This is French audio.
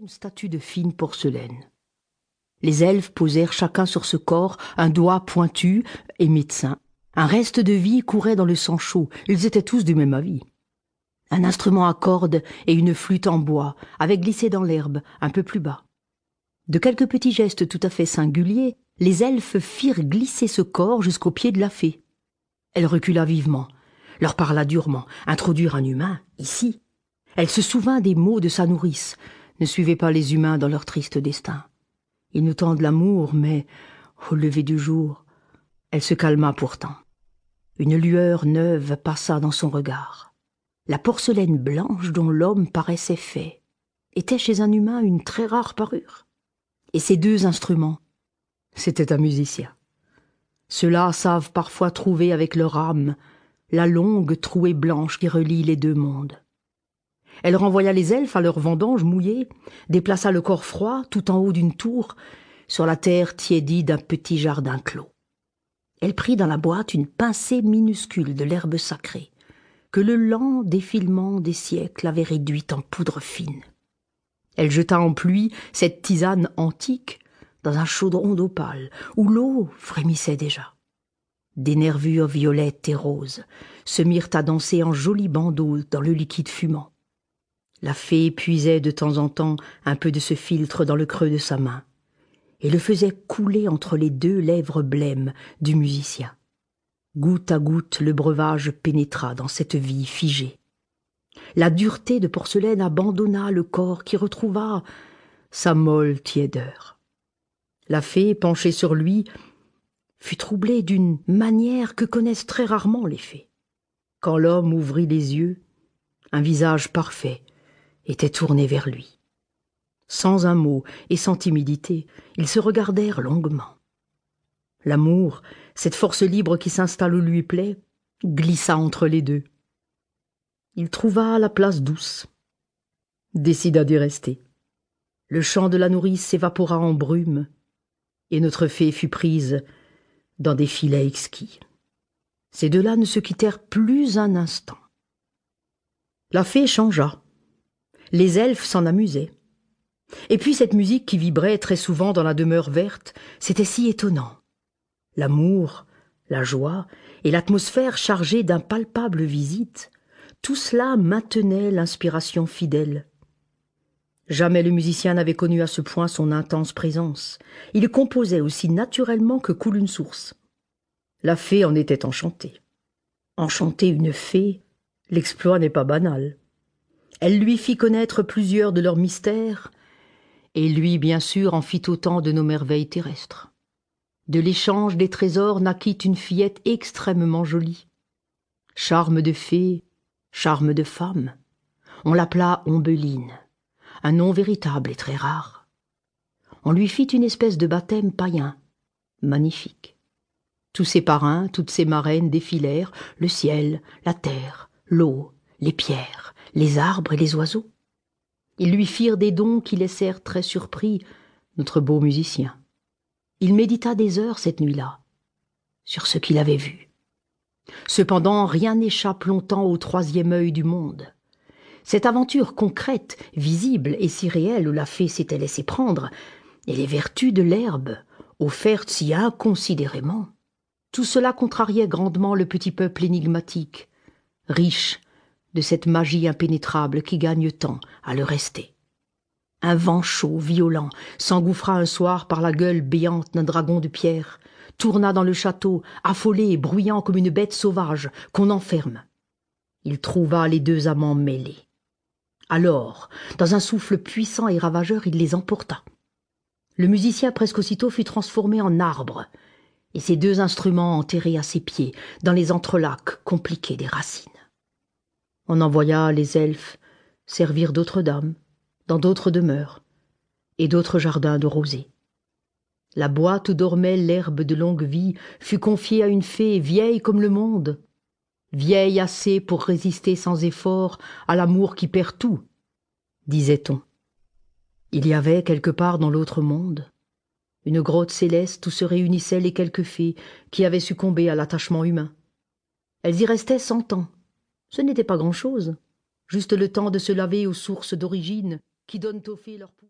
une statue de fine porcelaine. Les elfes posèrent chacun sur ce corps un doigt pointu et médecin. Un reste de vie courait dans le sang chaud. Ils étaient tous du même avis. Un instrument à cordes et une flûte en bois avaient glissé dans l'herbe, un peu plus bas. De quelques petits gestes tout à fait singuliers, les elfes firent glisser ce corps jusqu'au pied de la fée. Elle recula vivement, leur parla durement. Introduire un humain, ici. Elle se souvint des mots de sa nourrice. Ne suivez pas les humains dans leur triste destin. Ils nous tendent l'amour, mais, au lever du jour, elle se calma pourtant. Une lueur neuve passa dans son regard. La porcelaine blanche dont l'homme paraissait fait était chez un humain une très rare parure. Et ces deux instruments, c'était un musicien. Ceux-là savent parfois trouver avec leur âme la longue trouée blanche qui relie les deux mondes. Elle renvoya les elfes à leur vendange mouillée, déplaça le corps froid tout en haut d'une tour, sur la terre tiédie d'un petit jardin clos. Elle prit dans la boîte une pincée minuscule de l'herbe sacrée, que le lent défilement des siècles avait réduite en poudre fine. Elle jeta en pluie cette tisane antique dans un chaudron d'opale, où l'eau frémissait déjà. Des nervures violettes et roses se mirent à danser en jolis bandeaux dans le liquide fumant. La fée puisait de temps en temps un peu de ce philtre dans le creux de sa main et le faisait couler entre les deux lèvres blêmes du musicien. Goutte à goutte, le breuvage pénétra dans cette vie figée. La dureté de porcelaine abandonna le corps qui retrouva sa molle tiédeur. La fée, penchée sur lui, fut troublée d'une manière que connaissent très rarement les fées. Quand l'homme ouvrit les yeux, un visage parfait était tourné vers lui. Sans un mot et sans timidité, ils se regardèrent longuement. L'amour, cette force libre qui s'installe où lui plaît, glissa entre les deux. Il trouva la place douce, décida d'y rester. Le chant de la nourrice s'évapora en brume, et notre fée fut prise dans des filets exquis. Ces deux-là ne se quittèrent plus un instant. La fée changea. Les elfes s'en amusaient. Et puis cette musique qui vibrait très souvent dans la demeure verte, c'était si étonnant. L'amour, la joie et l'atmosphère chargée d'impalpables visites, tout cela maintenait l'inspiration fidèle. Jamais le musicien n'avait connu à ce point son intense présence. Il composait aussi naturellement que coule une source. La fée en était enchantée. Enchanter une fée, l'exploit n'est pas banal. Elle lui fit connaître plusieurs de leurs mystères, et lui, bien sûr, en fit autant de nos merveilles terrestres. De l'échange des trésors naquit une fillette extrêmement jolie. Charme de fée, charme de femme. On l'appela Ombeline, un nom véritable et très rare. On lui fit une espèce de baptême païen, magnifique. Tous ses parrains, toutes ses marraines défilèrent, le ciel, la terre, l'eau, les pierres, les arbres et les oiseaux. Ils lui firent des dons qui laissèrent très surpris notre beau musicien. Il médita des heures cette nuit-là, sur ce qu'il avait vu. Cependant, rien n'échappe longtemps au troisième œil du monde. Cette aventure concrète, visible et si réelle où la fée s'était laissée prendre, et les vertus de l'herbe, offertes si inconsidérément, tout cela contrariait grandement le petit peuple énigmatique, riche de cette magie impénétrable qui gagne tant à le rester. Un vent chaud, violent, s'engouffra un soir par la gueule béante d'un dragon de pierre, tourna dans le château, affolé et bruyant comme une bête sauvage qu'on enferme. Il trouva les deux amants mêlés. Alors, dans un souffle puissant et ravageur, il les emporta. Le musicien presque aussitôt fut transformé en arbre, et ses deux instruments enterrés à ses pieds, dans les entrelacs compliqués des racines. On envoya les elfes servir d'autres dames, dans d'autres demeures, et d'autres jardins de rosée. La boîte où dormait l'herbe de longue vie fut confiée à une fée vieille comme le monde, vieille assez pour résister sans effort à l'amour qui perd tout, disait-on. Il y avait quelque part dans l'autre monde une grotte céleste où se réunissaient les quelques fées qui avaient succombé à l'attachement humain. Elles y restaient 100 ans. Ce n'était pas grand-chose, juste le temps de se laver aux sources d'origine qui donnent aux fées leur pouvoir.